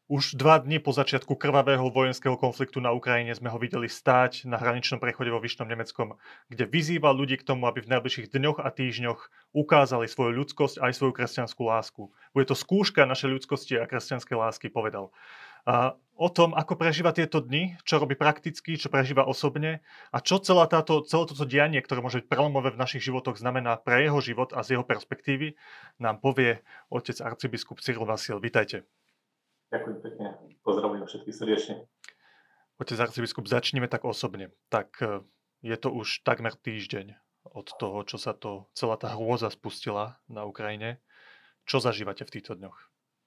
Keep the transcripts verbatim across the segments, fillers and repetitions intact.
Už dva dni po začiatku krvavého vojenského konfliktu na Ukrajine sme ho videli stáť na hraničnom prechode vo Vyšnom Nemeckom, kde vyzýval ľudí k tomu, aby v najbližších dňoch a týždňoch ukázali svoju ľudskosť aj svoju kresťanskú lásku. Bude to skúška našej ľudskosti a kresťanskej lásky, povedal. A o tom, ako prežíva tieto dni, čo robí prakticky, čo prežíva osobne a čo celá táto, celé toto dianie, ktoré môže byť prelomové v našich životoch, znamená pre jeho život a z jeho perspektívy, nám povie otec arcibiskup Cyril Vasil. Vítajte. Ďakujem pekne. Pozdravujem všetkých srdečne. Otec arcibiskup, začneme tak osobne. Tak je to už takmer týždeň od toho, čo sa to, celá tá hrôza spustila na Ukrajine. Čo zažívate v týchto dňoch?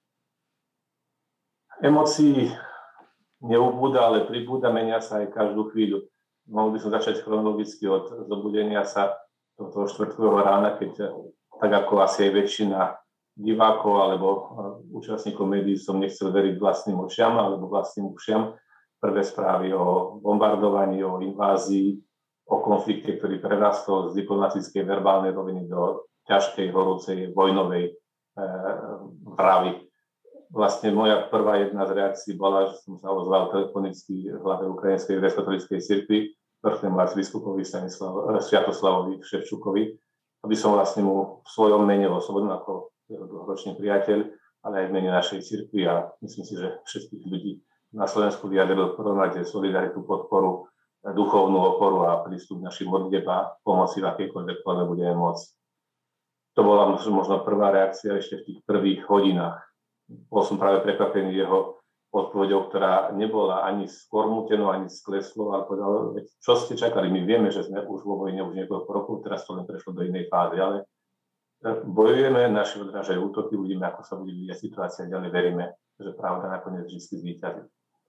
Emócií neubúda, ale pribúda, menia sa aj každú chvíľu. Mohol by som začať chronologicky od zobudenia sa do toho štvrtkového rána, keď tak ako asi aj väčšina divákov alebo účastníkov médií som nechcel veriť vlastným očiam alebo vlastným ušiam. Prvé správy o bombardovaní, o invázii, o konflikte, ktorý prerastol z diplomatickej verbálnej roviny do ťažkej, horúcej, vojnovej e, vravy. Vlastne moja prvá jedna z reakcií bola, že som sa ozval telefonicky hlave Ukrajinskej grécko-katolíckej cirkvi, vrchnému arcibiskupovi Sviatoslavovi Ševčukovi, aby som vlastne mu v svojom mene osobnom ako jeho dlhoročný priateľ, ale aj v mene našej cirkvi a myslím si, že všetkých ľudí na Slovensku vyjadril v prvom rade solidaritu, podporu, duchovnú oporu a prístup našim modlitbám a pomoci v akejkoľvek forme budeme môcť. To bola možno prvá reakcia ešte v tých prvých hodinách. Bol som práve prekvapený jeho odpoveďou, ktorá nebola ani skormútenou, ani skleslou, ale povedal, čo ste čakali, my vieme, že sme už vo vojne už niekoľko rokov, teraz to len prešlo do inej fázy, ale bojujeme, naši odrážajú útoky, uvidíme, ako sa bude vyvíjať situácia, ďalej veríme, že pravda nakoniec vždy zvíťazí.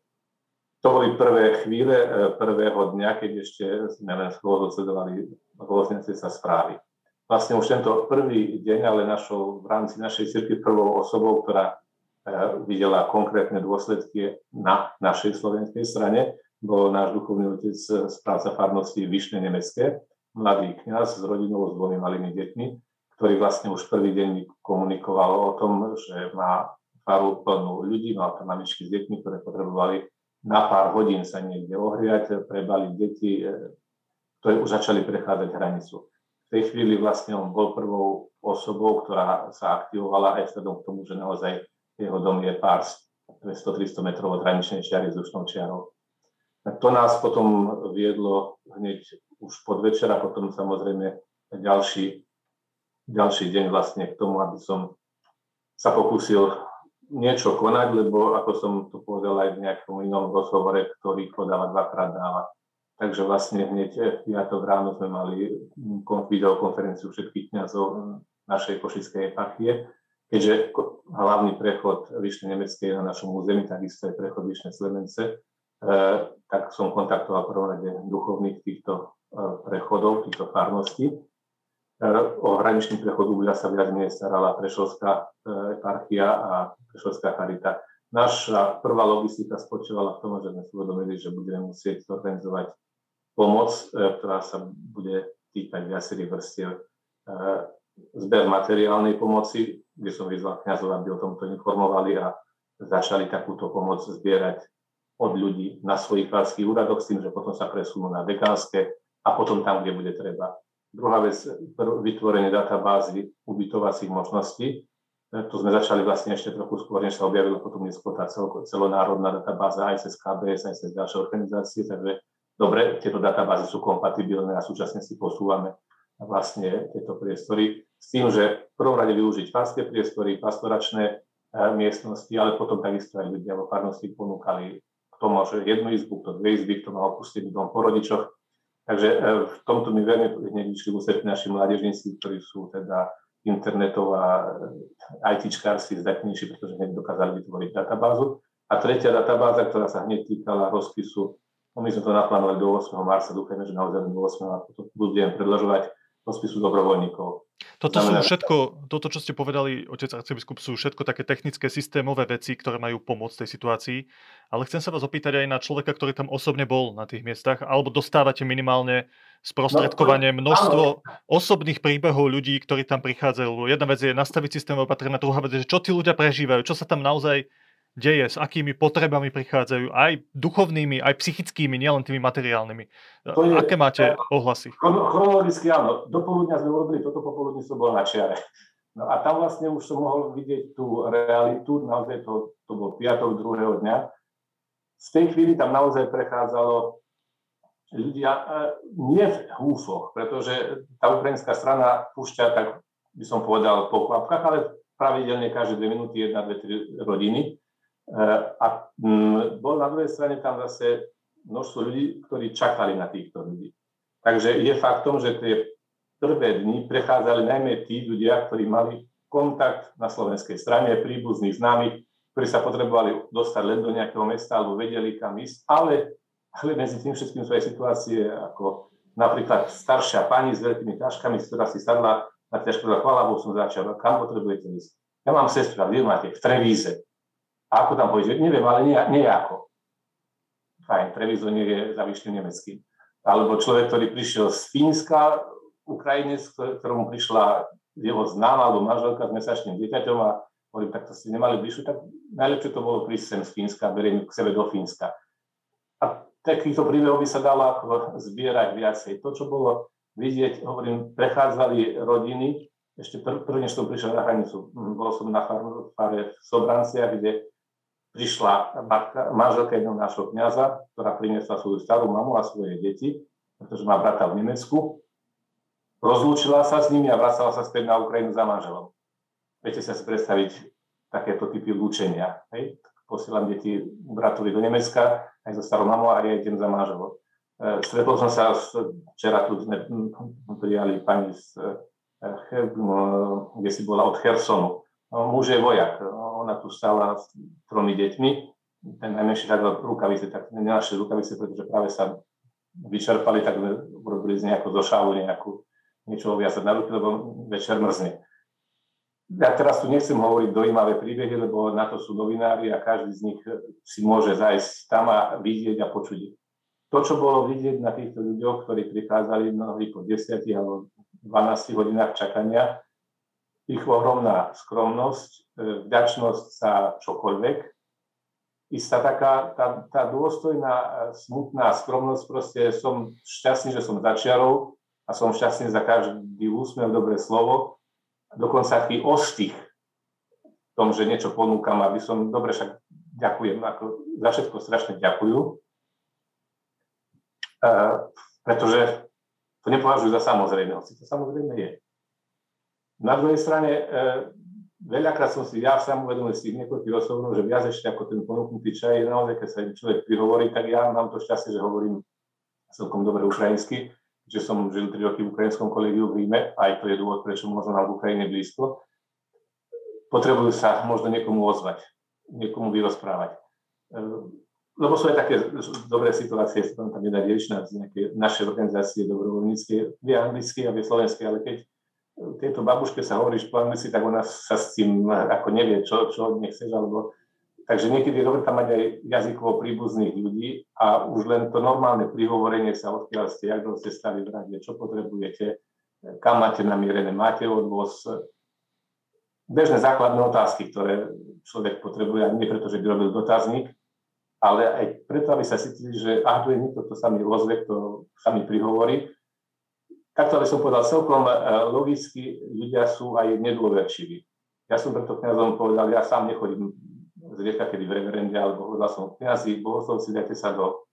To boli prvé chvíle prvého dňa, keď ešte sme len schôdzu sledovali rôzniace sa správy. Vlastne už tento prvý deň, ale našou, v rámci našej cirkvi prvou osobou, ktorá videla konkrétne dôsledky na našej slovenskej strane, bol náš duchovný otec, správca farnosti Vyšné Nemecké, mladý kňaz s rodinou, s dvomi malými deťmi, ktorý vlastne už prvý deň komunikoval o tom, že má faru plnú ľudí, mal tam mamičky s deťmi, ktoré potrebovali na pár hodín sa niekde ohriať, prebaliť deti, ktoré už začali prechádzať hranicu. V tej chvíli vlastne on bol prvou osobou, ktorá sa aktivovala aj vzhľadom k tomu, že naozaj jeho dom je pár dvesto tristo metrov od hraničnej čiary s vzdušnou čiarou. To nás potom viedlo hneď už podvečer a potom samozrejme ďalší ďalší deň vlastne k tomu, aby som sa pokúsil niečo konať, lebo ako som to povedal aj v nejakom inom rozhovore, ktorý podáva dvakrát dáva. Takže vlastne hneď v piatok ráno sme mali videokonferenciu všetkých kňazov našej košickej eparchie, keďže hlavný prechod Vyšnej Nemeckej na našom území, takisto aj prechod Vyšné Slemence, eh, tak som kontaktoval prvom rade duchovných týchto eh, prechodov, týchto farností. O hraničný prechod Uľa sa viac menej starala Prešovská eparchia a Prešovská charita. Naša prvá logistika spočívala v tom, že sme si uvedomili, že budeme musieť zorganizovať pomoc, ktorá sa bude týkať viacerých vrstiev. Zber materiálnej pomoci, kde som vyzval kňazov, aby o tomto informovali a začali takúto pomoc zbierať od ľudí na svojich farských úradoch s tým, že potom sa presunú na dekánske a potom tam, kde bude treba. Druhá vec, vytvorenie databázy ubytovacích možností. To sme začali vlastne ešte trochu skôr, než sa objavila potom neskôr tá celonárodná databáza aj cez ká bé es, aj cez ďalšie organizácie. Takže dobre, tieto databázy sú kompatibilné a súčasne si posúvame vlastne tieto priestory s tým, že v prvom rade využiť farské priestory, pastoračné miestnosti, ale potom takisto aj ľudia vo farnosti ponúkali kto môže jednu izbu, kto dve izby, kto má opustený dom po rodičoch. Takže v tomto mi veľmi hneď vyšli ústretí naši mládežníci, ktorí sú teda internetová ITčkársky zdatnejší, pretože hneď dokázali vytvoriť databázu. A tretia databáza, ktorá sa hneď týkala rozpisu, no my sme to naplánovali do ôsmeho marca, dúfajme, že naozaj do ôsmeho marca to budeme predĺžovať, rozpisu dobrovoľníkov. Toto sú všetko, toto, čo ste povedali, otec arcibiskup, sú všetko také technické, systémové veci, ktoré majú pomôcť tej situácii. Ale chcem sa vás opýtať aj na človeka, ktorý tam osobne bol na tých miestach, alebo dostávate minimálne sprostredkovanie množstvo osobných príbehov ľudí, ktorí tam prichádzajú. Jedna vec je nastaviť systém opatrenia, druhá vec je, čo tí ľudia prežívajú, čo sa tam naozaj deje, s akými potrebami prichádzajú, aj duchovnými, aj psychickými, nielen tými materiálnymi. To je, Aké máte ohlasy? chronologicky áno, do poludnia sme urobili toto, popoludní som bol na čiare. No a tam vlastne už som mohol vidieť tú realitu, naozaj to, to bol piatok druhého dňa. V tej chvíli tam naozaj prechádzalo ľudia, nie v húfoch, pretože tá ukrajinská strana púšťa, tak by som povedal, po kvapkách, ale pravidelne každé dve minúty, jedna, dve, tri rodiny. A bol na druhej strane tam zase množstvo ľudí, ktorí čakali na týchto ľudí. Takže je faktom, že tie prvé dni prechádzali najmä tí ľudia, ktorí mali kontakt na slovenskej strane, príbuzných, známych, ktorí sa potrebovali dostať len do nejakého mesta alebo vedeli kam ísť, ale, ale medzi tým všetkým sú aj situácie ako napríklad staršia pani s veľkými taškami, ktorá si sadla na ťažko, chvála Bohu som začal, kam potrebujete ísť? Ja mám sestru, kde máte? V Trevíze. A ako tam pôjde? Neviem, ale nejako. Fajn, Trevízo nie je zavyšný nemecký. Alebo človek, ktorý prišiel z Fínska, Ukrajinec, ktorému prišla jeho známa alebo manželka s mesačným dieťaťom a hovorím, tak to si nemali bližšiu, tak najlepšie to bolo prísť sem z Fínska, beriem k sebe do Fínska. A takýchto príbehov by sa dalo ako zbierať viacej. To, čo bolo vidieť, hovorím, prechádzali rodiny, ešte pr- prvne, než som prišiel na hranicu, bol som na fare v Sobranciach, kde prišla matka, manželka jedného nášho kňaza, ktorá priniesla svoju starú mamu a svoje deti, pretože má brata v Nemecku. Rozlúčila sa s nimi a vracala sa späť na Ukrajinu za manželom. Viete sa si predstaviť takéto typy lúčenia. Hej? Posielam deti bratovi do Nemecka, aj so starou mamou a ja idem za manželom. E, stretol som sa včera, tu sme prijali pani, z, e, kde si bola od Chersonu. No, muž je vojak, ona tu stála s tromi deťmi, ten najmenší tak rukavice, tak nenašli rukavice, pretože práve sa vyčerpali, tak urobili z nejakú zošalu, nejakú niečo oviazať na ruky, lebo večer mrzne. Ja teraz tu nechcem hovoriť dojímavé príbehy, lebo na to sú novinári a každý z nich si môže zájsť tam a vidieť a počuť. To, čo bolo vidieť na týchto ľuďoch, ktorí prichádzali mnohí po desiatich alebo dvanástich hodinách čakania, ich ohromná skromnosť, vďačnosť za čokoľvek, istá taká tá, tá dôstojná, smutná skromnosť, proste som šťastný, že som začiarov, a som šťastný za každý úsmev, dobré slovo, dokonca taký ostých v tom, že niečo ponúkam, aby som, dobre, však ďakujem, ako za všetko strašne ďakujú, e, pretože to nepovažujú za samozrejme, hoci to samozrejme je. Na druhej strane, e, veľakrát som si ja sám uvedomil z tých niekoľkých osobnov, že viac ešte ako ten ponúknutý čaj, naozaj, keď sa človek prihovorí, tak ja mám to šťastie, že hovorím celkom dobre ukrajinsky, že som žil tri roky v ukrajinskom kolegiu v Ríme, aj to je dôvod, prečo možno nám v Ukrajine blízko. Potrebujú sa možno niekomu ozvať, niekomu vyrozprávať. Lebo sú aj také dobré situácie, sa tam nedá riešiť na nejaké naše organizácie dobrovoľnícke, vie anglicky a vie slovenské, ale keď tejto babuške sa hovoríš po anglicky, tak ona sa s tým ako nevie, čo, čo od nej chceš, alebo takže niekedy je dobre tam mať aj jazykovo príbuzných ľudí a už len to normálne prihovorenie sa, odkiaľ ste, jak ste stali v rade, čo potrebujete, kam máte namierené, máte odvoz. Bežné základné otázky, ktoré človek potrebuje, a nie preto, že by robil dotazník, ale aj preto, aby sa cítili, že ah, tu je niekto, kto sa mi ozve, kto sa mi prihovorí. Takto, aby som povedal, celkom logicky ľudia sú aj nedôverčiví. Ja som preto kňazom povedal, ja sám nechodím zriedka, kedy v reverende, alebo hovoril som kňazi, bohoslovci, dajte sa do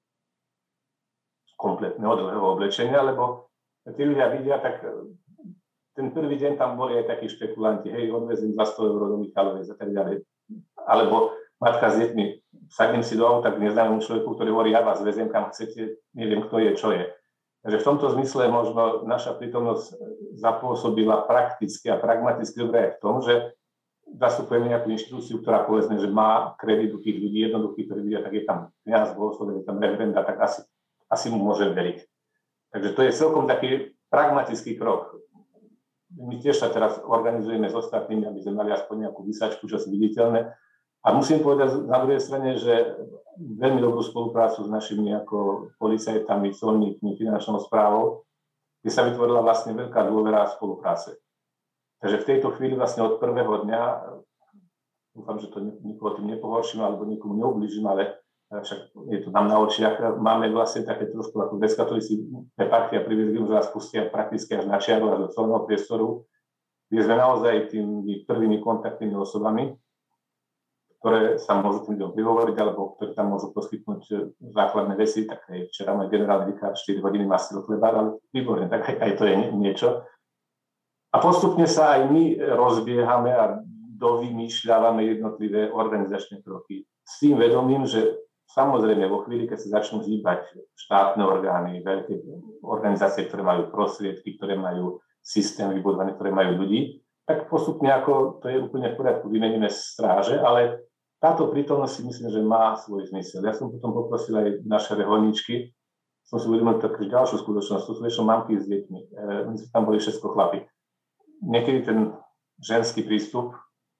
kompletného dlhého oblečenia, lebo tí ľudia vidia, tak ten prvý deň tam boli aj takí špekulanti, hej, odvezím za sto eur do Michalovej a tak ďalej. Alebo matka s deťmi, sadnem si do auta k neznámemu človeku, ktorý hovorí, ja vás veziem kam chcete, neviem, kto je, čo je. Takže v tomto zmysle možno naša prítomnosť zapôsobila prakticky a pragmaticky dobre aj v tom, že zastupujeme nejakú inštitúciu, ktorá povedzme, že má kredit u tých ľudí jednoduchých, ktorí vidia, tak je tam kňaz, bohoslovec, je tam reverenda, tak asi, asi mu môže veriť. Takže to je celkom taký pragmatický krok. My tiež sa teraz organizujeme s ostatnými, aby sme mali aspoň nejakú vysačku, čo si viditeľné. A musím povedať na druhej strane, že veľmi dobrú spoluprácu s našimi ako policajtami, colníkmi, finančnou správou, kde sa vytvorila vlastne veľká dôvera a spolupráce. Takže v tejto chvíli vlastne od prvého dňa dúfam, že to nikoho tým nepohorším alebo nikomu neublížim, ale však je to nám na očiach. Máme vlastne také trošku ako gréckokatolíci eparchia priviedli, že nás pustia prakticky až na čiaru, až do celého priestoru, kde sme naozaj tými prvými kontaktnými osobami, ktoré sa môžu tým ľuďom prihovoriť, alebo ktoré tam môžu poskytnúť základné veci. Tak aj včera môj generálny vikár štyri hodiny masil chleba, ale výborne, tak aj, aj to je niečo. A postupne sa aj my rozbiehame a dovymýšľavame jednotlivé organizačné kroky. S tým vedomím, že samozrejme vo chvíli, keď sa začnú hýbať štátne orgány, veľké organizácie, ktoré majú prostriedky, ktoré majú systém vybudovaný, ktoré majú ľudí, tak postupne ako to je úplne v poriadku, vymeníme stráže, ale táto prítomnosť si myslím, že má svoj zmysel. Ja som potom poprosil aj naše reholníčky, som si uvedomil takú ďalšiu skutočnosť, to sú väčšinou mamky s deťmi, e, my sme tam boli všetko chlapi. Niekedy ten ženský prístup,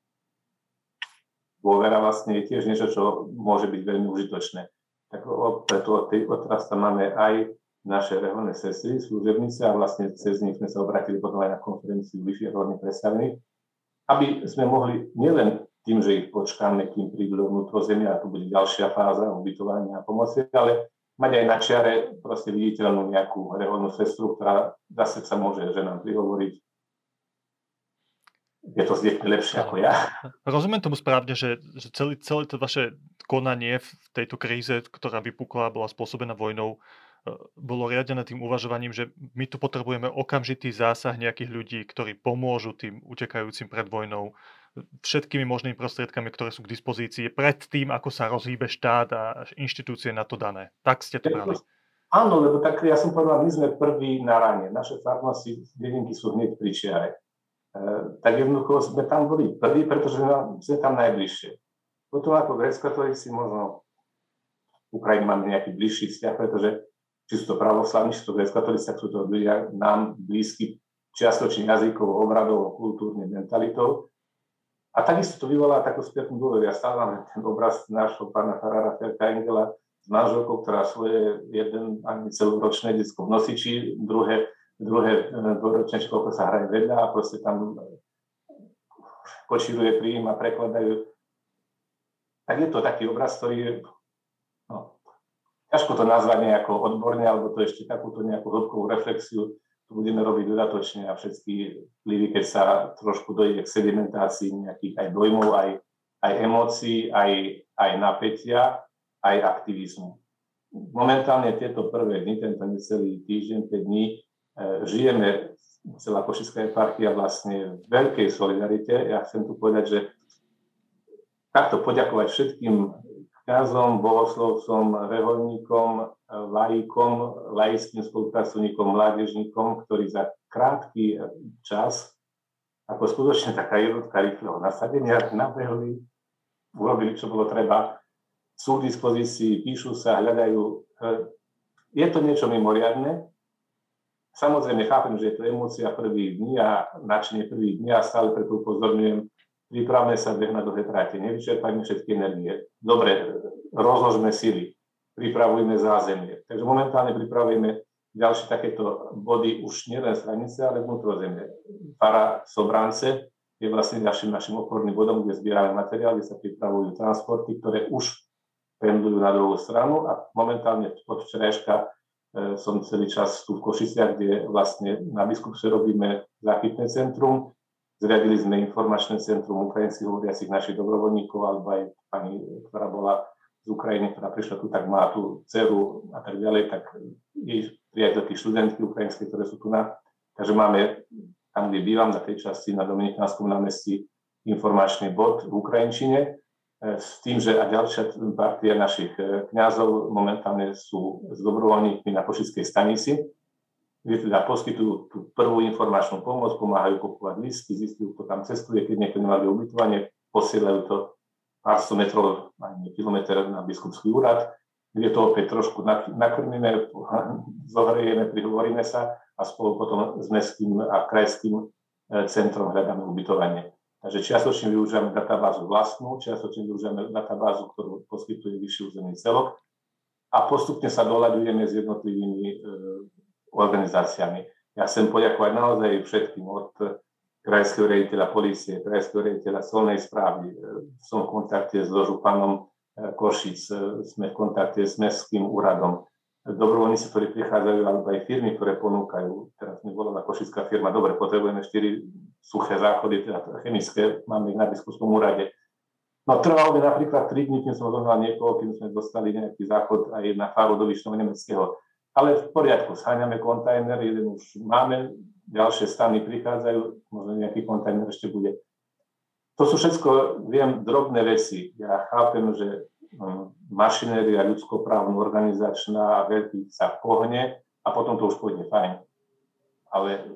dôvera vlastne je tiež niečo, čo môže byť veľmi užitočné. Tak preto od tej odraz tam máme aj naše reholné sestry, služebnice a vlastne cez nich sme sa obratili potom aj na konferenciu vyšších reholných predstavených, aby sme mohli nielen tým, že ich počkáme, kým prídu do vnútrozemia, a to bude ďalšia fáza ubytovania a pomoci, ale mať aj na čiare proste viditeľnú nejakú reholnú sestru, ktorá zase sa môže ženám prihovoriť. Je to zdeťmi lepšie ako ja. Rozumiem tomu správne, že, že celé, celé to vaše konanie v tejto kríze, ktorá vypukla, bola spôsobená vojnou, bolo riadené tým uvažovaním, že my tu potrebujeme okamžitý zásah nejakých ľudí, ktorí pomôžu tým utekajúcim pred vojnou všetkými možnými prostriedkami, ktoré sú k dispozícii, pred tým, ako sa rozhýbe štát a inštitúcie na to dané. Tak ste to brali. Áno, lebo tak ja som povedal, my sme prví na rane. Naše farnosti, dedinky sú hneď pri čiare. E, tak jednoducho sme tam boli prví, pretože sme tam najbližšie. Potom ako gréckokatolíci možno v Ukrajine máme nejaký bližší vzťah, pretože či sú to pravoslavní, či sú to gréckokatolíci, tak sú to ľudia nám blízky čiastočne jazykovo, obradovo, kultúrne, mentalitou. A takisto to vyvolá takú spätnú dôveru. Ja stále mám ten obraz nášho pána farára Ferka Engela s manželkou, ktorá svoje jeden ani celoročné detsko v nosiči, druhé, druhé dvoročné, koľko sa hraje vedľa a proste tam kočíruje pri im a prekladajú. Tak je to taký obraz, ktorý je, no, ťažko to nazvať nejako odborne, alebo to ešte takúto nejakú hĺbkovú reflexiu tu budeme robiť dodatočne a všetky vplyvy, keď sa trošku dojde k sedimentácii nejakých aj dojmov, aj, aj emócií, aj, aj napätia, aj aktivizmu. Momentálne tieto prvé dni, tento necelý týždeň, päť dní, e, žijeme, celá Košická eparchia vlastne v veľkej solidarite. Ja chcem tu povedať, že takto poďakovať všetkým kňazom, bohoslovcom, reholníkom, laikom, laickým spolupracovníkom, mládežníkom, ktorí za krátky čas, ako skutočne taká jednotka rýchleho nasadenia, nabehli, urobili, čo bolo treba, sú v dispozícii, píšu sa, hľadajú. Je to niečo mimoriadne. Samozrejme, chápem, že je to emócia prvých dní a načne prvých dní a stále preto upozorňujem, pripravme sa beh na dlhé tráte, nevyčerpajme všetky energie. Dobre, rozložme sily, pripravujme zázemie. Takže momentálne pripravujeme ďalšie takéto body už nielen z hranice, ale vnútrozemie. Fara Sobrance je vlastne ďalším našim oporným bodom, kde zbierame materiál, kde sa pripravujú transporty, ktoré už pendlujú na druhú stranu a momentálne od včerajška e, som celý čas tu v Košiciach, kde vlastne na Biskupstve robíme záchytné centrum. Zriadili sme informačné centrum ukrajinských hovoriacich našich dobrovoľníkov, alebo aj pani, ktorá bola z Ukrajiny, ktorá prišla tu, tak má tú dceru a tak ďalej, tak jej priateľky študentky ukrajinské, ktoré sú tu na. Takže máme tam, kde bývam, na tej časti na Dominikánskom námestí informačný bod v ukrajinčine, s tým, že a ďalšia partia našich kňazov momentálne sú s dobrovoľníkmi na Košickej stanici, kde teda poskytujú tú prvú informačnú pomoc, pomáhajú kupovať lístky, zistujú, kto tam cestuje, keď niekto nemá ubytovanie, posielajú to pár sto metrov, ani kilometr na biskupský úrad, kde to opäť trošku nakrmíme, zohrejeme, prihovoríme sa a spolu potom s mestským a krajským centrom hľadáme ubytovanie. Takže čiastočne využívame databázu vlastnú, čiastočne využívame databázu, ktorú poskytuje vyšší územný celok a postupne sa doľaďujeme s jednotlivými e, organizáciami. Ja chcem poďakovať naozaj všetkým od krajského riaditeľa polície, krajského riaditeľa colnej správy. Som v kontakte s županom Košic, sme v kontakte s mestským úradom. Dobrovoľníci, ktorí prichádzajú, alebo aj firmy, ktoré ponúkajú. Teraz mi volala košická firma, dobre, potrebujeme štyri suché záchody, teda chemické, máme ich na biskupskom úrade. No trvalo by napríklad tri dní, kým som zohnal niekoho, kým sme dostali nejaký záchod aj na faru do Vyšného Nemeckého. Ale v poriadku, sháňame kontajner, jeden už máme, ďalšie stany prichádzajú, možno nejaký kontajner ešte bude. To sú všetko, viem, drobné veci. Ja chápem, že mašinéria ľudskoprávno organizačná veľký sa pohne a potom to už pôjde fajn. Ale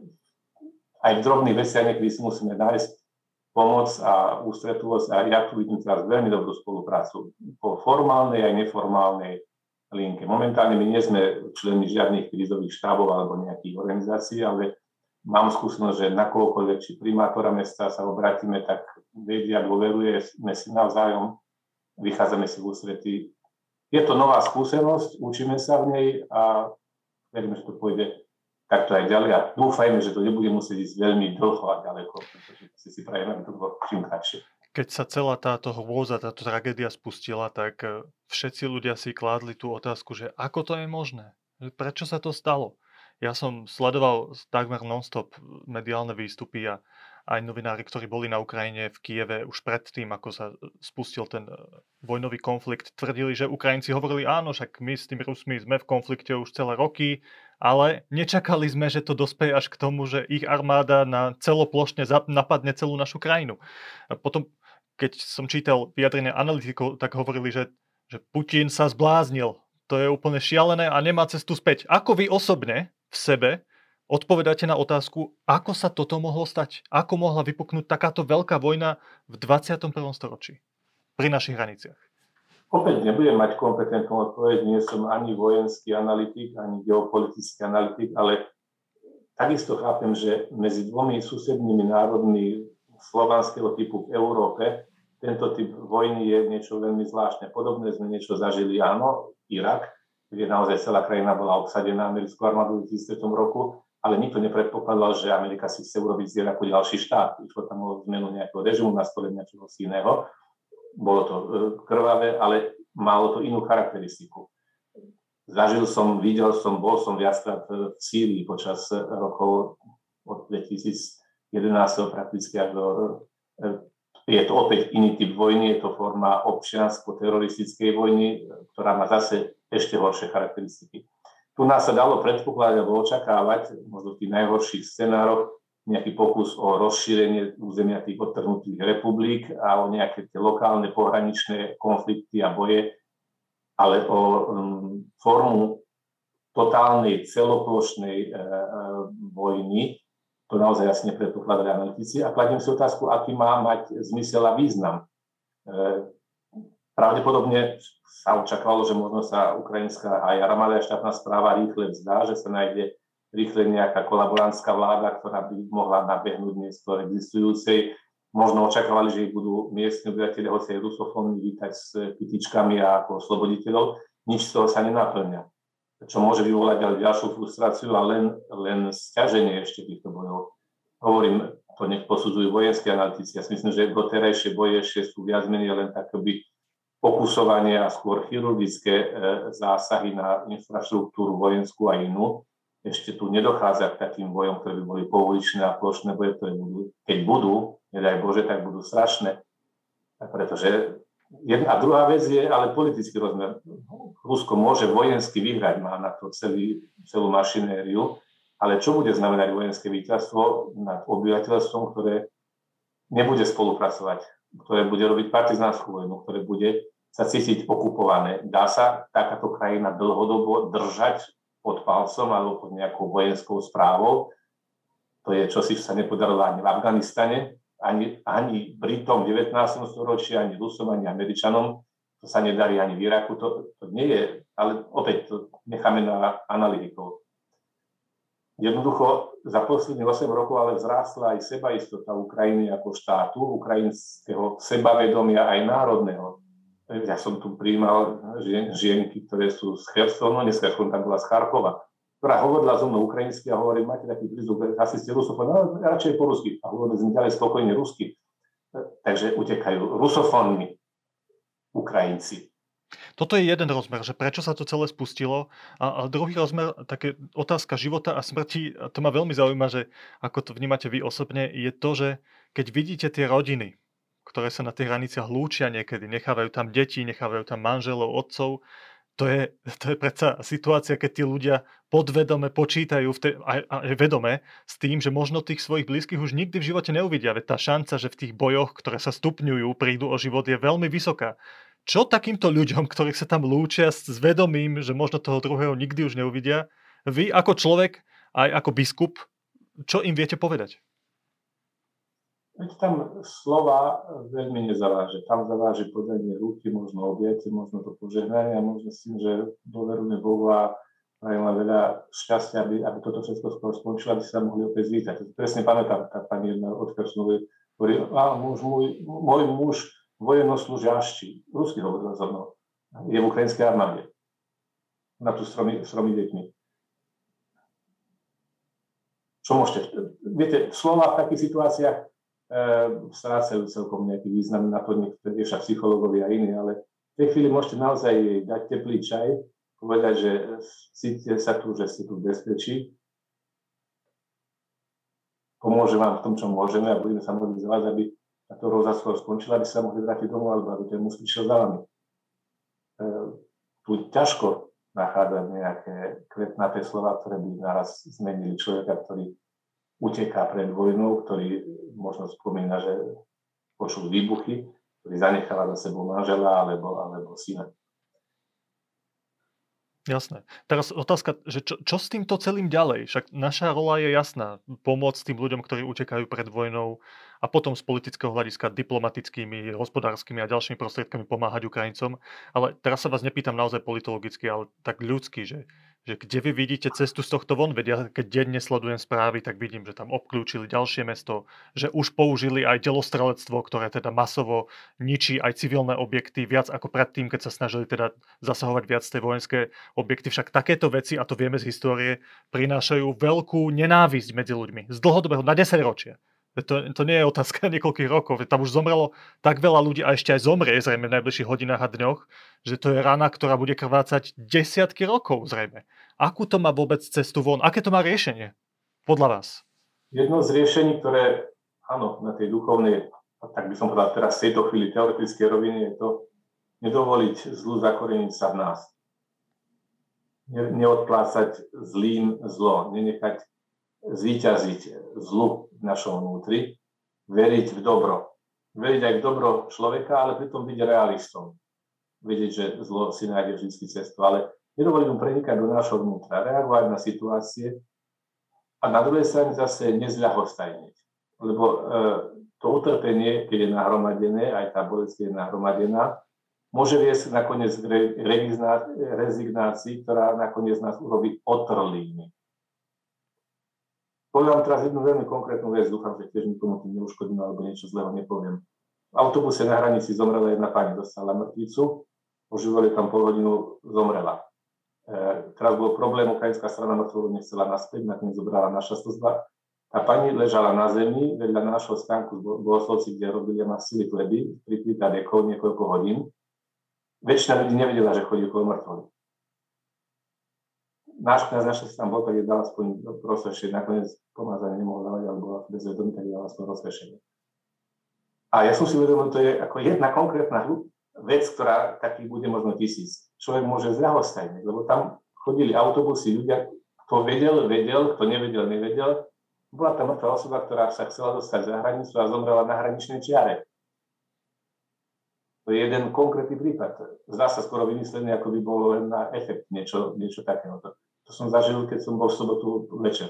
aj v drobných veciach niekedy si musíme nájsť pomoc a ústretovosť a ja tu vidím teraz veľmi dobrú spoluprácu po formálnej aj neformálnej linke. Momentálne my nie sme členmi žiadnych krízových štábov alebo nejakých organizácií, ale mám skúsenosť, že nakoľkoľvek či primátora mesta sa obrátime, tak vedia, dôverujeme si navzájom, vychádzame si v ústretí. Je to nová skúsenosť, učíme sa v nej a veríme, že to pôjde takto aj ďalej a dúfajme, že to nebude musieť ísť veľmi dlho a ďaleko, pretože si si prajeme, aby to bolo čím kratšie. Keď sa celá táto hrôza, táto tragédia spustila, tak všetci ľudia si kládli tú otázku, že ako to je možné? Prečo sa to stalo? Ja som sledoval takmer non-stop mediálne výstupy a aj novinári, ktorí boli na Ukrajine v Kieve už predtým, ako sa spustil ten vojnový konflikt, tvrdili, že Ukrajinci hovorili, áno, však my s tými Rusmi sme v konflikte už celé roky, ale nečakali sme, že to dospeje až k tomu, že ich armáda na celoplošne napadne celú našu krajinu. A potom, keď som čítal vyjadrenia analytikov, tak hovorili, že, že Putin sa zbláznil. To je úplne šialené a nemá cestu späť. Ako vy osobne v sebe odpovedáte na otázku, ako sa toto mohlo stať? Ako mohla vypuknúť takáto veľká vojna v dvadsiatom prvom storočí pri našich hraniciach? Opäť nebudem mať kompetentnú odpoveď, nie som ani vojenský analytik, ani geopolitický analytik, ale takisto chápem, že medzi dvomi susednými národmi slovanského typu v Európe tento typ vojny je niečo veľmi zvláštne. Podobné sme niečo zažili, áno, Irak, kde naozaj celá krajina bola obsadená americkou armádou v dvadsiatom roku, ale nikto nepredpokladal, že Amerika si chce urobiť z Iraku ďalší štát. Išlo tam o zmenu nejakého režimu, nastolenia čoho iného. Bolo to krvavé, ale malo to inú charakteristiku. Zažil som, videl som, bol som viackrát v Sýrii počas rokov od dvetisícjedenásť prakticky až do... Je to opäť iný typ vojny, je to forma občiansko-teroristickej vojny, ktorá má zase ešte horšie charakteristiky. Tu nás sa dalo predpokladať alebo očakávať, možno v tých najhorších scenároch, nejaký pokus o rozšírenie územia tých odtrhnutých republik a o nejaké tie lokálne pohraničné konflikty a boje, ale o um, formu totálnej celoplošnej e, e, vojny, to naozaj jasne predpokladali analytici. A kladiem si otázku, aký má mať zmysel a význam. E, Pravdepodobne sa očakávalo, že možno sa ukrajinská aj armáda a štátna správa rýchle vzdá, že sa nájde rýchle nejaká kolaborantská vláda, ktorá by mohla nabehnúť miesto existujúcej. Možno očakávali, že ich budú miestni obyvateľia, hoci aj rusofónni, vítať s kytičkami a ako osloboditeľov. Nič z toho sa nenaplňa. Čo môže vyvolať ale ďalšiu frustráciu a len, len sťaženie ešte týchto bojov. Hovorím, to nech posudzujú vojenské analytici. Ja si myslím, že doterajšie boje ešte sú viac menej len takoby pokusovanie a skôr chirurgické e, zásahy na infraštruktúru vojenskú a inú. Ešte tu nedochádza k takým bojom, ktoré by boli pouličné a plošné boje, ktoré budú, keď budú, nedaj Bože, tak budú strašné. Pretože jedna a druhá vec je ale politický rozmer. Rusko môže vojensky vyhrať, má na to celý, celú mašinériu, ale čo bude znamenať vojenské víťazstvo nad obyvateľstvom, ktoré nebude spolupracovať, ktoré bude robiť partizánsku vojnu, ktoré bude sa cítiť okupované. Dá sa takáto krajina dlhodobo držať pod palcom alebo pod nejakou vojenskou správou? To je čosi, čo sa nepodarilo ani v Afganistane, ani, ani Britom v devätnástom storočí, ani Rusom, ani Američanom. To sa nedarí ani v Iraku. To, to nie je, ale opäť to necháme na analytikov. Jednoducho za posledných osem rokov ale vzrástla aj sebaistota Ukrajiny ako štátu, ukrajinského sebavedomia aj národného. Ja som tu prijímal žien, žienky, ktoré sú z Chersonu, dneska som tam bola z Charkova. ktorá hovorila so mnou ukrajinsky a hovorí, máte taký prízvuk, asi ste rusofón, no radšej po rusky. A hovorili sme ďalej spokojne rusky. Takže utekajú rusofónni Ukrajinci. Toto je jeden rozmer, že prečo sa to celé spustilo. A, a druhý rozmer, také otázka života a smrti, a to ma veľmi zaujíma, že ako to vnímate vy osobne, je to, že keď vidíte tie rodiny, ktoré sa na tých hraniciach lúčia niekedy, nechávajú tam deti, nechávajú tam manželov, otcov, to je, to je predsa situácia, keď tí ľudia podvedome počítajú v tej, aj, aj vedome s tým, že možno tých svojich blízkych už nikdy v živote neuvidia. Veď tá šanca, že v tých bojoch, ktoré sa stupňujú, prídu o život, je veľmi vysoká. Čo takýmto ľuďom, ktorí sa tam lúčia s vedomím, že možno toho druhého nikdy už neuvidia, vy ako človek, aj ako biskup, čo im viete povedať? Veď tam slova veľmi nezaváži. Tam zaváži podanie ruky, možno objete, možno to požehnanie a možno s tým, že dôverujeme Bohu a majú ma veľa šťastia, aby, aby toto všetko skôr skončilo, aby sa mohli opäť zvítať. Presne pamätám, tá pani jedna od Kršnovej hovorí, a muž, môj, môj muž vojennoslúžiašči, rusky hovoril so mnou, je v ukrajinskej armáde. Na tú stromy, stromy deťmi. Čo môžete? Viete, slova v takých situáciách strácajú celkom nejaký význam, na to niektorí však psychológovia a iní, ale v tej chvíli môžete naozaj dať teplý čaj, povedať, že cítite sa tu, že ste tu v bezpečí, pomôže vám v tom, čo môžeme a budeme sa modliť za vás, aby táto hrôza skôr skončila, aby sa mohli vrátiť domov, alebo aby ten muž prišiel za vami. Tu ťažko nachádzať nejaké kvetnaté slova, ktoré by naraz zmenili človeka, ktorý uteká pred vojnou, ktorý možno spomína, že počul výbuchy, ktorý zanecháva za sebou manžela alebo, alebo syna. Jasné. Teraz otázka, že čo, čo s týmto celým ďalej? Však naša rola je jasná. Pomôcť tým ľuďom, ktorí utekajú pred vojnou a potom z politického hľadiska diplomatickými, hospodárskymi a ďalšími prostriedkami pomáhať Ukrajincom. Ale teraz sa vás nepýtam naozaj politologicky, ale tak ľudsky, že, že kde vy vidíte cestu z tohto von? Veď ja keď denne sledujem správy, tak vidím, že tam obklúčili ďalšie mesto, že už použili aj delostrelectvo, ktoré teda masovo ničí aj civilné objekty, viac ako predtým, keď sa snažili teda zasahovať viac tej vojenské objekty. Však takéto veci, a to vieme z histórie, prinášajú veľkú nenávisť medzi ľuďmi. Z dlhodobého, na desaťročia. To, to nie je otázka niekoľkých rokov. Tam už zomrelo tak veľa ľudí a ešte aj zomrie zrejme v najbližších hodinách a dňoch, že to je rana, ktorá bude krvácať desiatky rokov zrejme. Akú to má vôbec cestu von? Aké to má riešenie? Podľa vás? Jedno z riešení, ktoré, áno, na tej duchovnej, tak by som povedal teraz v tejto chvíli teoretickej roviny, je to nedovoliť zlu zakoreniť sa v nás. Neodplácať zlým zlo, nenechať zvíťaziť zlu v našom vnútri, veriť v dobro. Veriť aj v dobro človeka, ale pritom byť realistom. Vedieť, že zlo si nájde vždy cestu, ale nedovoliť mu prenikať do nášho vnútra, reagovať na situácie a na druhej strane zase nezľahostajniť. Lebo e, to utrpenie, keď je nahromadené, aj tá bolesť je nahromadená, môže viesť nakoniec k rezignácii, ktorá nakoniec nás urobí otrlými. Poviem vám teraz jednu veľmi konkrétnu vec, dúfam, že tiež nikomu tým neuškodím alebo niečo zlého nepoviem. V autobuse na hranici zomrela jedna pani, dostala mŕtvicu, oživovali tam pol hodinu, zomrela. E, teraz bol problém, ukrajinská strana mŕtvoru nechcela naspäť, nakoniec zobrala naša služba. Tá pani ležala na zemi vedľa nášho stánku v Bohoslovci, kde robili masily chleby, prikrytá dekou niekoľko hodín. Väčšina ľudí nevedela, že chodí okolo mŕtvory. Náš kňaz našťastie tam bol, tak je dal aspoň rozsvešenie. Nakoniec pomazanie nemohol dávať, ale bola bezvedomý, tak je dal aspoň rozsvešenie. A ja som si uvedomil, to je ako jedna konkrétna vec, ktorá takých bude možno tisíc. Človek môže zľahostajniť, lebo tam chodili autobusy, ľudia, kto vedel, vedel, kto nevedel, nevedel. Bola tam mŕtva osoba, ktorá sa chcela dostať za hranicu a zomrela na hraničnej čiare. To je jeden konkrétny prípad. Zdá sa skoro vymyslený, ako by bolo len na efekt niečo, niečo takého. To, to som zažil, keď som bol v sobotu večer.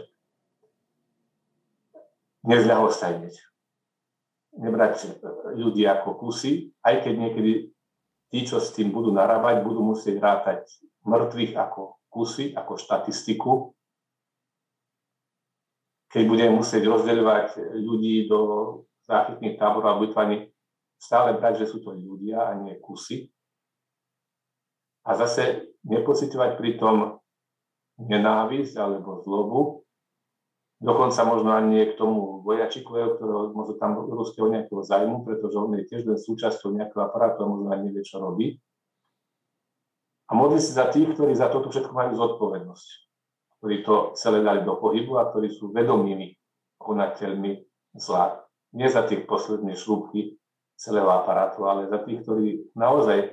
Nezľahostajniť. Nebrať ľudí ako kusy, aj keď niekedy tí, čo s tým budú narábať, budú musieť rátať mŕtvych ako kusy, ako štatistiku. Keď budeme musieť rozdeľovať ľudí do záchytných táborov a ubytovaní, stále brať, že sú to ľudia a nie kusy. A zase nepociťovať pri tom nenávisť alebo zlobu. Dokonca možno ani nie k tomu vojačiku, ktorého možno tam ruského nejakého zájmu, pretože on je tiež len súčasťou nejakého aparátu a možno ani nevie, čo robí. A modli si za tých, ktorí za toto všetko majú zodpovednosť, ktorí to celé dali do pohybu a ktorí sú vedomými konateľmi zla. Nie za tých posledné šrúbky celého aparátu, ale za tých, ktorí naozaj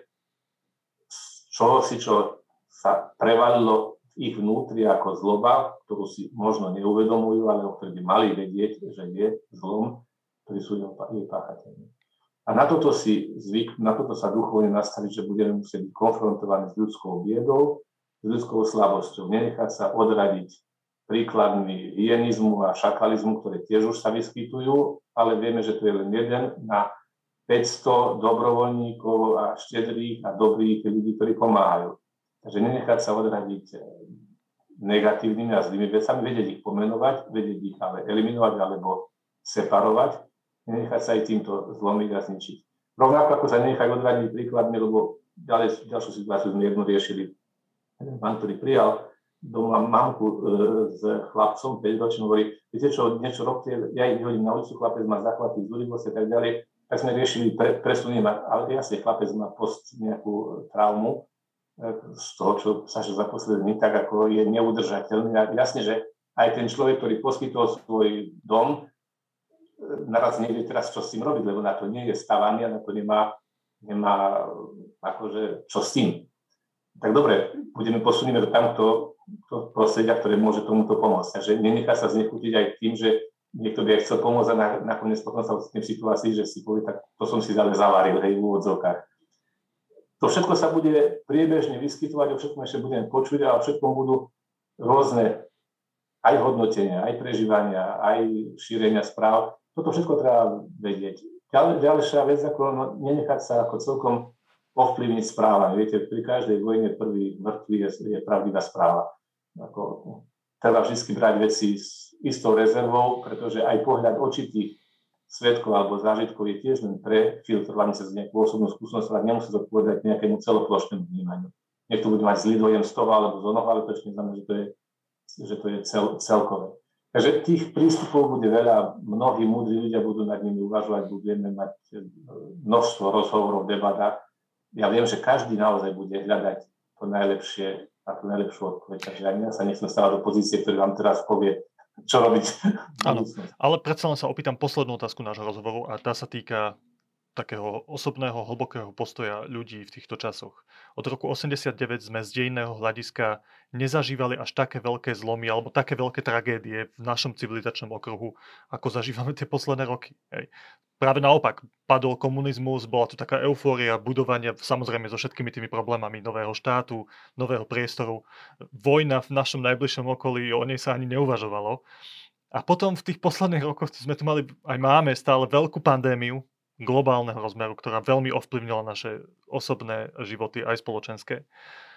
z čoho si, čo sa prevalilo v ich vnútri ako zloba, ktorú si možno neuvedomujú, ale o ktorej by mali vedieť, že je zlom, ktorí sú jej páchateľmi. A na toto si zvyk, na toto sa duchovne nastaviť, že budeme musieť byť konfrontovaní s ľudskou biedou, s ľudskou slabosťou, nenechať sa odradiť príkladmi hyenizmu a šakalizmu, ktoré tiež už sa vyskytujú, ale vieme, že to je len jeden na päťsto dobrovoľníkov a štedrých a dobrých ľudí, ktorí pomáhajú. Takže nenechať sa odradiť negatívnymi a zlými vecami, vedieť ich pomenovať, vedieť ich ale eliminovať alebo separovať, nenechať sa aj týmto zlomiť a zničiť. Rovnako ako sa nenechať odradiť príkladmi, lebo ďalej, ďalšiu situáciu sme jedno riešili. Pán, ktorý prijal doma mamku e, s chlapcom päťročným, hovorí, viete čo, niečo robte, ja ich vyhodím na ulicu, chlapec má zachvatý zúrivosť a tak ďalej, tak sme riešili, pre, presuniem, ale jasne, chlapec má post nejakú traumu e, z toho, čo sa za posledný, tak ako je neudržateľný. A jasne, že aj ten človek, ktorý poskytol svoj dom, naraz nevie teraz, čo s tým robiť, lebo na to nie je stavaný a na to nemá, nemá akože, čo s tým. Tak dobre, budeme posunieme do tamto to prostredia, ktoré môže tomuto pomôcť. Takže nenechá sa znechutiť aj tým, že niekto by aj chcel pomôcť a na, nakoniec potom sa v tej situácii, že si povie, tak to som si ale zavaril, hej, v úvodzovkách. To všetko sa bude priebežne vyskytovať, o všetkom ešte budeme počuť a o všetkom budú rôzne aj hodnotenia, aj prežívania, aj šírenia správ. Toto všetko treba vedieť. Ďalej, ďalšia vec, ako no, nenechať sa ako celkom ovplyvniť správami. Viete, pri každej vojne prvý mŕtvý je, je pravdivá správa. Ako, treba vždy brať veci s istou rezervou, pretože aj pohľad očitých svedkov alebo zážitkov je tiež len prefiltrovaný cez nejakú osobnú skúsenosť, ale nemusí zodpovedať nejakému celoplošnému vnímaniu. Niekto bude mať zlý dojem z toho alebo z onoho, ale to ešte neznamená, že to je, že to je cel, celkové. Takže tých prístupov bude veľa, mnohí múdri ľudia budú nad nimi uvažovať, budeme mať množstvo rozhovorov, debat. Ja viem, že každý naozaj bude hľadať to najlepšie a tú najlepšiu odpoveď. Takže ani ja sa nechcem stávať do pozície, ktorý vám teraz povie, čo robiť. Áno, ale predsa len sa opýtam poslednú otázku nášho rozhovoru a tá sa týka takého osobného, hlbokého postoja ľudí v týchto časoch. Od roku osemdesiatdeväť sme z dejinného hľadiska nezažívali až také veľké zlomy alebo také veľké tragédie v našom civilizačnom okruhu, ako zažívame tie posledné roky. Hej. Práve naopak, padol komunizmus, bola to taká eufória budovania, samozrejme so všetkými tými problémami nového štátu, nového priestoru. Vojna v našom najbližšom okolí, o nej sa ani neuvažovalo. A potom v tých posledných rokoch sme tu mali, aj máme stále veľkú pandémiu globálneho rozmeru, ktorá veľmi ovplyvnila naše osobné životy, aj spoločenské.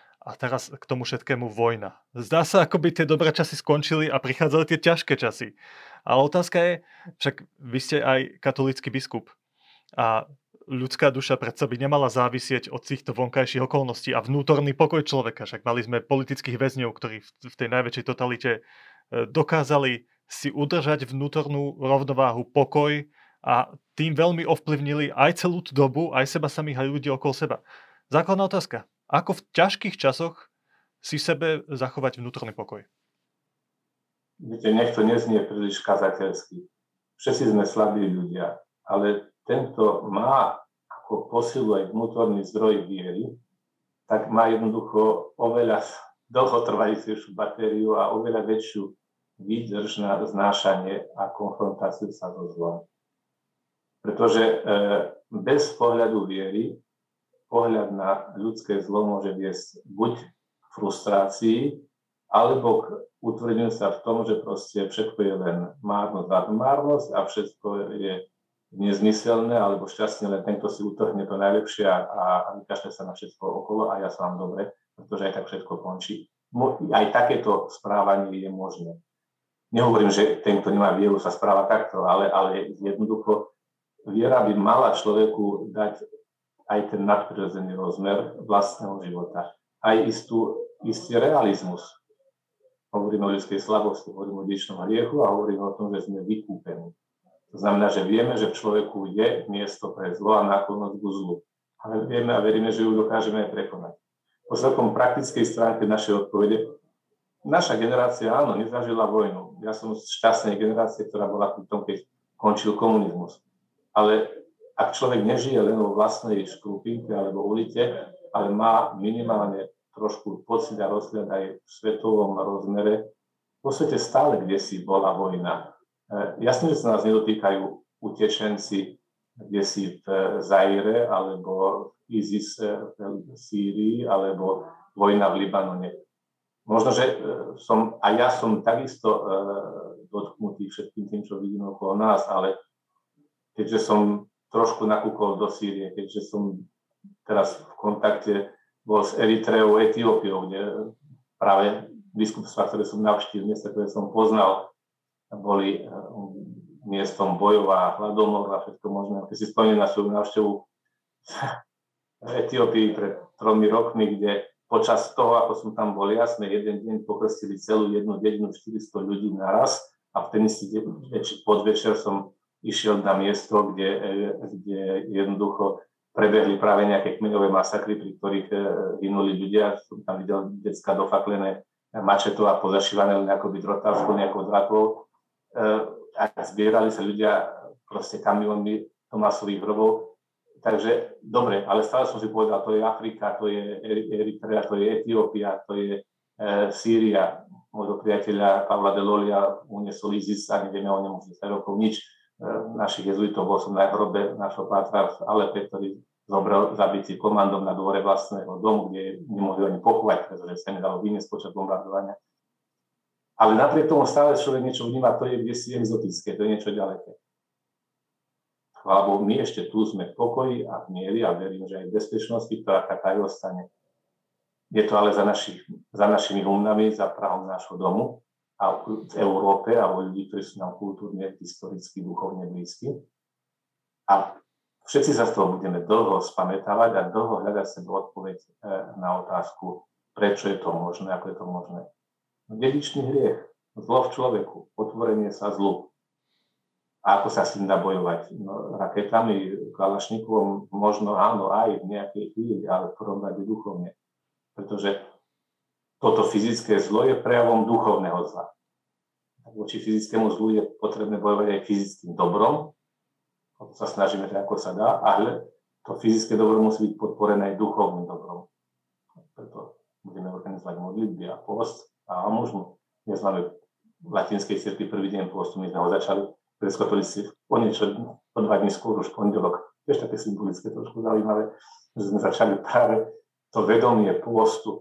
A teraz k tomu všetkému vojna. Zdá sa, ako by tie dobré časy skončili a prichádzali tie ťažké časy. Ale otázka je, však vy ste aj katolícky biskup a ľudská duša predsa by nemala závisieť od týchto vonkajších okolností a vnútorný pokoj človeka. Však mali sme politických väzňov, ktorí v tej najväčšej totalite dokázali si udržať vnútornú rovnováhu, pokoj a tým veľmi ovplyvnili aj celú tú dobu, aj seba samých, aj ľudí okolo seba. Základná otázka. Ako v ťažkých časoch si sebe zachovať vnútorný pokoj? Viete, nech to neznie príliš kazateľsky. Všetci sme slabí ľudia, ale tento má ako posilu aj vnútorný zdroj viery, tak má jednoducho oveľa dlhotrvajúcejšiu batériu a oveľa väčšiu výdrž na znášanie a konfrontáciu sa so zlom. Pretože e, bez pohľadu viery pohľad na ľudské zlo môže viesť buď k frustrácii, alebo k utvrdeniu sa v tom, že proste všetko je len márnosť a márnosť a všetko je nezmyselné, alebo šťastne len tento si utrhne to najlepšie a, a vykašle sa na všetko okolo a ja sa mám dobre, pretože aj tak všetko končí. Aj takéto správanie je možné. Nehovorím, že ten, kto nemá vieru, sa správa takto, ale, ale jednoducho viera by mala človeku dať aj ten nadprirodzený rozmer vlastného života. Aj istú, istý realizmus. Hovoríme o ľudskej slabosti, hovoríme o dedičnom hriechu a hovoríme o tom, že sme vykúpení. To znamená, že vieme, že v človeku je miesto pre zlo a náklonnosť k zlu. Ale vieme a veríme, že ju dokážeme aj prekonať. Po celkom praktickej stránke našej odpovede, naša generácia, áno, nezažila vojnu. Ja som z šťastnej generácie, ktorá bola pri tom, keď končil komunizmus. Ale ak človek nežije len vo vlastnej škrupinke alebo ulite, ale má minimálne trošku pocit a rozhľad aj v svetovom rozmere, vo svete stále kdesi bola vojna. Jasne, že sa nás nedotýkajú utečenci kdesi v Zaire, alebo ISIS v Sýrii, alebo vojna v Libanone. Možno, že som, a ja som takisto dotknutý všetkým tým, čo vidím okolo nás, ale keďže som trošku nakúkol do Sýrie, keďže som teraz v kontakte bol s Eritreou, Etiópiou, kde práve biskupstvá, ktoré som navštívil, miesta, ktoré som poznal, boli miestom bojov a hladomor a všetko možné. Keď si spomínam na svoju návštevu v Etiópii pred tromi rokmi, kde počas toho, ako som tam bol, jasne, jeden deň pokrstili celú jednu dedinu štyristo ľudí naraz a v ten istý podvečer som išiel na miesto, kde, kde jednoducho prebehli práve nejaké kmeňové masakry, pri ktorých hynuli ľudia. Som tam videl decka dofaklené mačetou a pozašívané len akoby drotávkou, nejakou dratou. A zbierali sa ľudia proste kamionmi do masových hrobov. Takže dobre, ale stále som si povedal, to je Afrika, to je Eritrea, to je Etiópia, to je e, Sýria. Môjho priateľa Pavla Delolia uniesol ISIS a nevieme o ňom už desať rokov nič. Našich jezuitov, bol som na hrobe našho pátra v Alepe, ktorý zobral zabitý komandom na dvore vlastného domu, kde nemohli ani pochovať, pretože sa nedalo vyniesť počas bombardovania. Ale napriek tomu stále človek niečo vníma, to je kdesi exotické, to je niečo ďaleké. Lebo my ešte tu sme v pokoji a v miery a verím, že aj v bezpečnosti, ktorá taká aj ostane. Je to ale za, našich, za našimi humnami, za prahom nášho domu, a v Európe a o ľudí, ktorí sú nám kultúrne, historicky, duchovne blízky. A všetci sa z toho budeme dlho spamätávať a dlho hľadať sebe odpoveď na otázku, prečo je to možné, ako je to možné. Dedičný hriech, zlo v človeku, otvorenie sa zlu. A ako sa s tým dá bojovať? No, raketami, kalašníkom, možno áno, aj v nejakej chvíli, ale v prvom rade duchovne. Pretože toto fyzické zlo je prejavom duchovného zla. Voči fyzickému zlu je potrebné bojovať aj fyzickým dobrom. O to sa snažíme tak, ako sa dá, ale to fyzické dobro musí byť podporené aj duchovným dobrom. Preto budeme organizovať modlitby a post a almužnu. Dnes máme v latinskej cirkvi prvý deň postu, my sme ho začali, gréckokatolíci o niečo, o dva dní skôr, už pondelok. Tiež také symbolické, trošku zaujímavé, že sme začali práve to vedomie postu,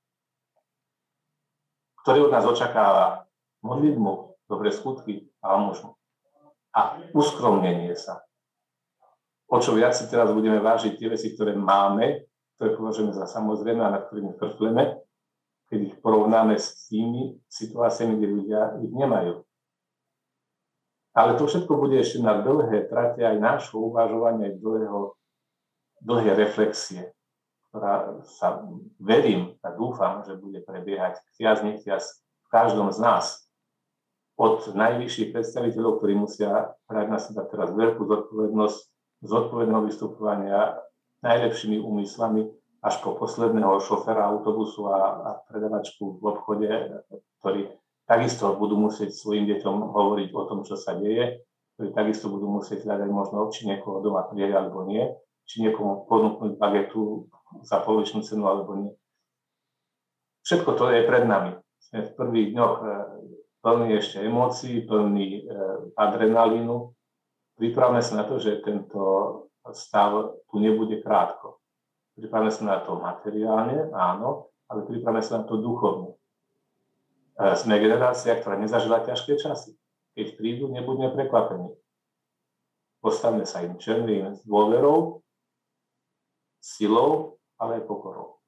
ktorý od nás očakáva modlitbu, dobré skutky a almužnu. A uskromnenie sa. O čo viac si teraz budeme vážiť tie veci, ktoré máme, ktoré považujeme za samozrejme a na ktorými frfleme, keď ich porovnáme s tými situáciami, kde ľudia ich nemajú. Ale to všetko bude ešte na dlhé trate aj nášho uvažovania, aj dlhého, dlhé reflexie, ktorá sa, verím a dúfam, že bude prebiehať chtiac nechtiac v každom z nás. Od najvyšších predstaviteľov, ktorí musia brať na seba teraz veľkú zodpovednosť, zodpovedného vystupovania najlepšími úmyslami, až po posledného šoféra autobusu a, a predavačku v obchode, ktorí takisto budú musieť svojim deťom hovoriť o tom, čo sa deje, ktorí takisto budú musieť hľadať možno, či niekoho doma prijať alebo nie, či niekomu ponúknuť bagetu za polovičnú cenu alebo nie. Všetko to je pred nami. Sme v prvých dňoch plný ešte emócií, plný adrenalínu. Pripravme sa na to, že tento stav tu nebude krátko. Pripravme sa na to materiálne, áno, ale pripravme sa na to duchovne. Sme generácia, ktorá nezažila ťažké časy. Keď prídu, nebudeme prekvapení. Postavme sa im čelným s dôverou, silou, ale aj pokorou.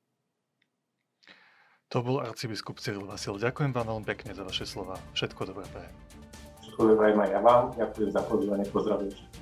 To bol arcibiskup Cyril Vasil. Ďakujem vám veľmi pekne za vaše slova. Všetko dobré prajem. Všetko dobré aj ja vám. Ďakujem za pozvanie. Pozdravujem.